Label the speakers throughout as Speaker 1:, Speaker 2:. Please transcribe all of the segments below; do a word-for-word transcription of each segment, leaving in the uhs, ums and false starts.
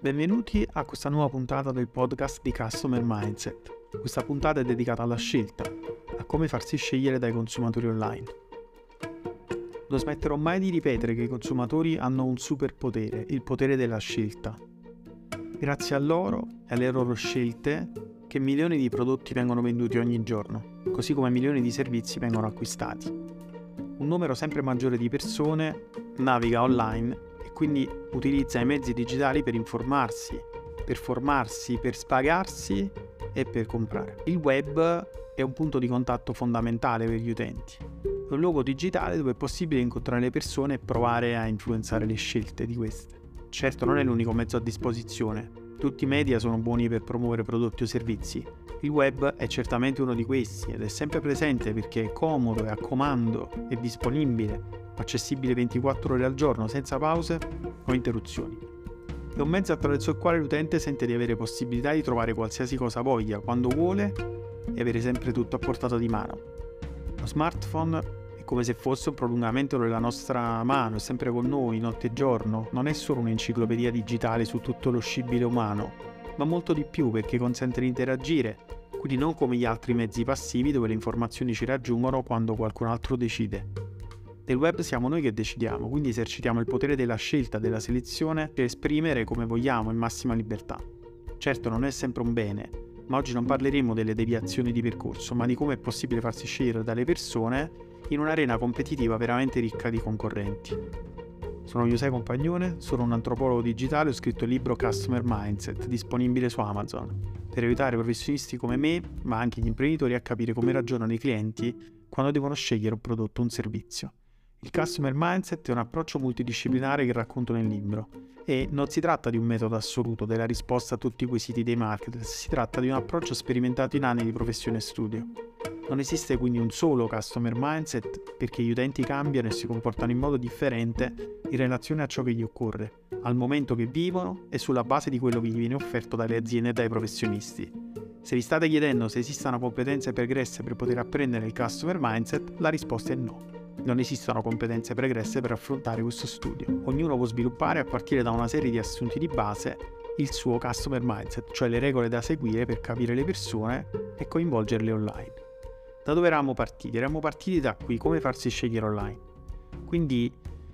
Speaker 1: Benvenuti a questa nuova puntata del podcast di Customer Mindset. Questa puntata è dedicata alla scelta, a come farsi scegliere dai consumatori online. Non smetterò mai di ripetere che i consumatori hanno un superpotere, il potere della scelta. Grazie a loro e alle loro scelte che milioni di prodotti vengono venduti ogni giorno, così come milioni di servizi vengono acquistati. Un numero sempre maggiore di persone naviga online e quindi utilizza i mezzi digitali per informarsi, per formarsi, per spagarsi e per comprare. Il web è un punto di contatto fondamentale per gli utenti. È un luogo digitale dove è possibile incontrare le persone e provare a influenzare le scelte di queste. Certo, non è l'unico mezzo a disposizione. Tutti i media sono buoni per promuovere prodotti o servizi. Il web è certamente uno di questi ed è sempre presente perché è comodo, è a comando, è disponibile, accessibile ventiquattro ore al giorno senza pause o interruzioni. È un mezzo attraverso il quale l'utente sente di avere possibilità di trovare qualsiasi cosa voglia, quando vuole e avere sempre tutto a portata di mano. Lo smartphone è come se fosse un prolungamento della nostra mano, è sempre con noi, notte e giorno. Non è solo un'enciclopedia digitale su tutto lo scibile umano, ma molto di più perché consente di interagire, quindi non come gli altri mezzi passivi dove le informazioni ci raggiungono quando qualcun altro decide. Nel web siamo noi che decidiamo, quindi esercitiamo il potere della scelta, della selezione per esprimere come vogliamo in massima libertà. Certo, non è sempre un bene, ma oggi non parleremo delle deviazioni di percorso, ma di come è possibile farsi scegliere dalle persone in un'arena competitiva veramente ricca di concorrenti. Sono José Compagnone, sono un antropologo digitale e ho scritto il libro Customer Mindset, disponibile su Amazon, per aiutare professionisti come me, ma anche gli imprenditori a capire come ragionano i clienti quando devono scegliere un prodotto o un servizio. Il Customer Mindset è un approccio multidisciplinare che racconto nel libro e non si tratta di un metodo assoluto della risposta a tutti i quesiti dei marketers, si tratta di un approccio sperimentato in anni di professione e studio. Non esiste quindi un solo Customer Mindset perché gli utenti cambiano e si comportano in modo differente in relazione a ciò che gli occorre, al momento che vivono e sulla base di quello che gli viene offerto dalle aziende e dai professionisti. Se vi state chiedendo se esistano competenze pregresse per poter apprendere il Customer Mindset, la risposta è no. Non esistono competenze pregresse per affrontare questo studio. Ognuno può sviluppare, a partire da una serie di assunti di base, il suo Customer Mindset, cioè le regole da seguire per capire le persone e coinvolgerle online. Da dove eravamo partiti? Eravamo partiti da qui, come farsi scegliere online. Quindi,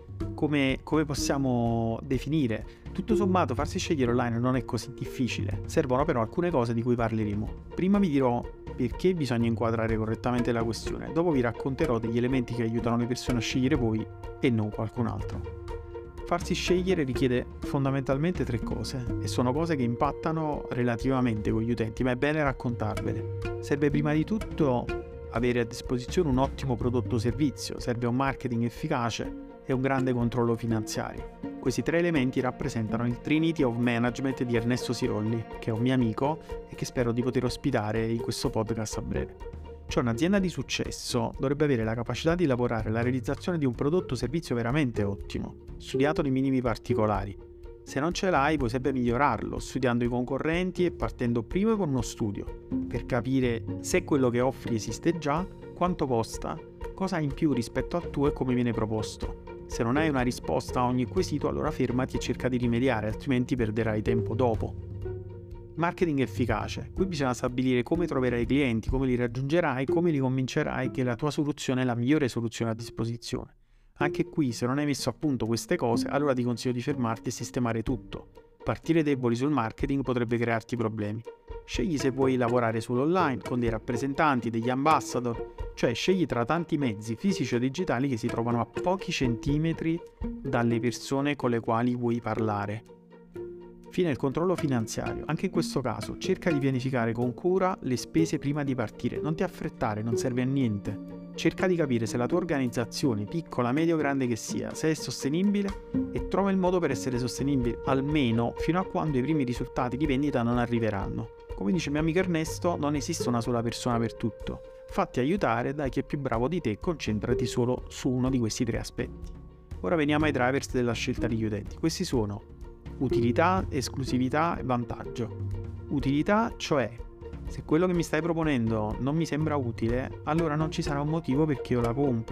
Speaker 1: come, come possiamo definire? Tutto sommato, farsi scegliere online non è così difficile. Servono però alcune cose di cui parleremo. Prima vi dirò perché bisogna inquadrare correttamente la questione. Dopo vi racconterò degli elementi che aiutano le persone a scegliere voi e non qualcun altro. Farsi scegliere richiede fondamentalmente tre cose e sono cose che impattano relativamente con gli utenti, ma è bene raccontarvele. Serve prima di tutto avere a disposizione un ottimo prodotto o servizio, serve un marketing efficace e un grande controllo finanziario. Questi tre elementi rappresentano il Trinity of Management di Ernesto Sirolli, che è un mio amico e che spero di poter ospitare in questo podcast a breve. Cioè, un'azienda di successo dovrebbe avere la capacità di lavorare alla realizzazione di un prodotto o servizio veramente ottimo, studiato nei minimi particolari. Se non ce l'hai, puoi sempre migliorarlo, studiando i concorrenti e partendo prima con uno studio, per capire se quello che offri esiste già, quanto costa, cosa ha in più rispetto al tuo e come viene proposto. Se non hai una risposta a ogni quesito, allora fermati e cerca di rimediare, altrimenti perderai tempo dopo. Marketing efficace. Qui bisogna stabilire come troverai i clienti, come li raggiungerai, come li convincerai che la tua soluzione è la migliore soluzione a disposizione. Anche qui, se non hai messo a punto queste cose, allora ti consiglio di fermarti e sistemare tutto. Partire deboli sul marketing potrebbe crearti problemi. Scegli se vuoi lavorare solo online, con dei rappresentanti, degli ambassador, cioè scegli tra tanti mezzi fisici o digitali che si trovano a pochi centimetri dalle persone con le quali vuoi parlare. Fine il controllo finanziario. Anche in questo caso cerca di pianificare con cura le spese prima di partire, non ti affrettare, non serve a niente. Cerca di capire se la tua organizzazione, piccola, media o grande che sia, se è sostenibile e trova il modo per essere sostenibile, almeno fino a quando i primi risultati di vendita non arriveranno. Come dice mio amico Ernesto, non esiste una sola persona per tutto. Fatti aiutare da chi è più bravo di te e concentrati solo su uno di questi tre aspetti. Ora veniamo ai drivers della scelta degli utenti. Questi sono utilità, esclusività e vantaggio. Utilità, cioè, se quello che mi stai proponendo non mi sembra utile, allora non ci sarà un motivo perché io la compri.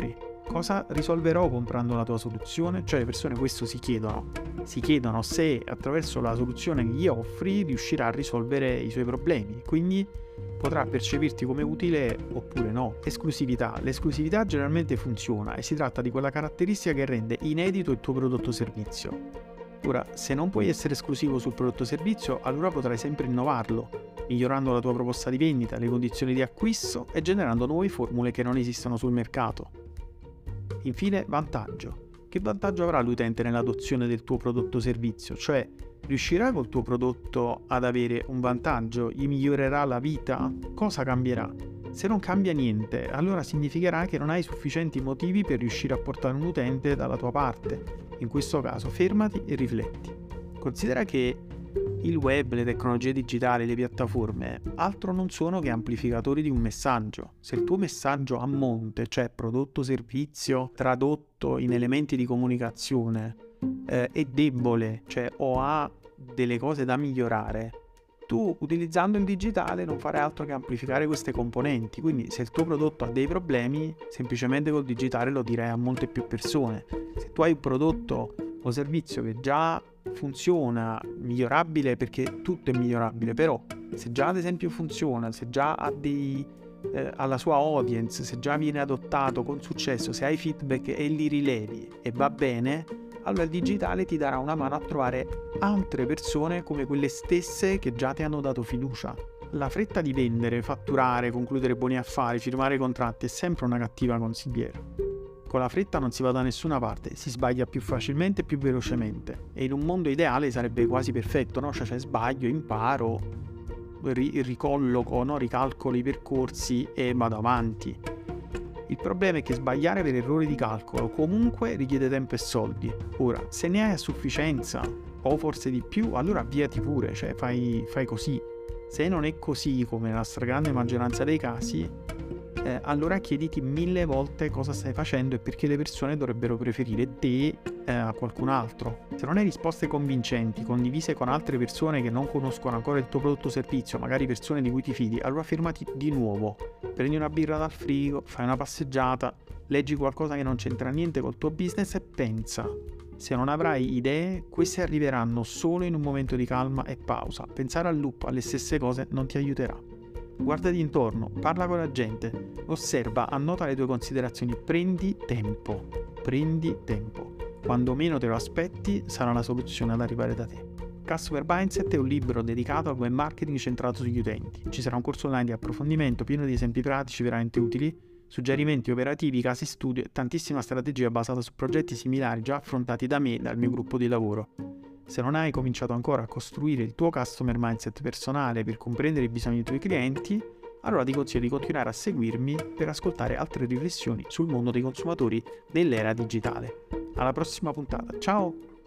Speaker 1: cosa risolverò comprando la tua soluzione? Cioè le persone questo si chiedono, si chiedono se attraverso la soluzione che gli offri riuscirà a risolvere i suoi problemi, quindi potrà percepirti come utile oppure no. Esclusività. L'esclusività generalmente funziona e si tratta di quella caratteristica che rende inedito il tuo prodotto o servizio. Ora, se non puoi essere esclusivo sul prodotto o servizio, allora potrai sempre innovarlo, migliorando la tua proposta di vendita, le condizioni di acquisto e generando nuove formule che non esistono sul mercato. Infine, vantaggio. Che vantaggio avrà l'utente nell'adozione del tuo prodotto o servizio? Cioè, riuscirà col tuo prodotto ad avere un vantaggio? Gli migliorerà la vita? Cosa cambierà? Se non cambia niente, allora significherà che non hai sufficienti motivi per riuscire a portare un utente dalla tua parte. In questo caso, fermati e rifletti. Considera che il web, le tecnologie digitali, le piattaforme, altro non sono che amplificatori di un messaggio. Se il tuo messaggio a monte, cioè prodotto o servizio, tradotto in elementi di comunicazione, eh, è debole, cioè o ha delle cose da migliorare, tu utilizzando il digitale non farai altro che amplificare queste componenti. Quindi se il tuo prodotto ha dei problemi, semplicemente col digitale lo direi a molte più persone. Se tu hai un prodotto o servizio che già funziona, migliorabile, perché tutto è migliorabile, però se già ad esempio funziona, se già ha dei, eh, alla sua audience, se già viene adottato con successo, se hai feedback e li rilevi e va bene, allora il digitale ti darà una mano a trovare altre persone come quelle stesse che già ti hanno dato fiducia. La fretta di vendere, fatturare, concludere buoni affari, firmare contratti è sempre una cattiva consigliera. Con la fretta non si va da nessuna parte, si sbaglia più facilmente e più velocemente. E in un mondo ideale sarebbe quasi perfetto, no? Cioè, cioè sbaglio, imparo, ri- ricolloco, no? Ricalcolo i percorsi e vado avanti. Il problema è che sbagliare per errori di calcolo comunque richiede tempo e soldi. Ora, se ne hai a sufficienza, o forse di più, allora avviati pure, cioè fai, fai così. Se non è così, come nella stragrande maggioranza dei casi, eh, allora chiediti mille volte cosa stai facendo e perché le persone dovrebbero preferire te eh, a qualcun altro. Se non hai risposte convincenti, condivise con altre persone che non conoscono ancora il tuo prodotto o servizio, magari persone di cui ti fidi, allora fermati di nuovo. Prendi una birra dal frigo, fai una passeggiata, leggi qualcosa che non c'entra niente col tuo business e pensa. Se non avrai idee, queste arriveranno solo in un momento di calma e pausa. Pensare al loop, alle stesse cose, non ti aiuterà. Guardati intorno, parla con la gente, osserva, annota le tue considerazioni, prendi tempo, prendi tempo. Quando meno te lo aspetti, sarà la soluzione ad arrivare da te. Customer Mindset è un libro dedicato al web marketing centrato sugli utenti. Ci sarà un corso online di approfondimento pieno di esempi pratici veramente utili, suggerimenti operativi, casi studio e tantissima strategia basata su progetti similari già affrontati da me e dal mio gruppo di lavoro. Se non hai cominciato ancora a costruire il tuo Customer Mindset personale per comprendere i bisogni dei tuoi clienti, allora ti consiglio di continuare a seguirmi per ascoltare altre riflessioni sul mondo dei consumatori dell'era digitale. Alla prossima puntata, ciao!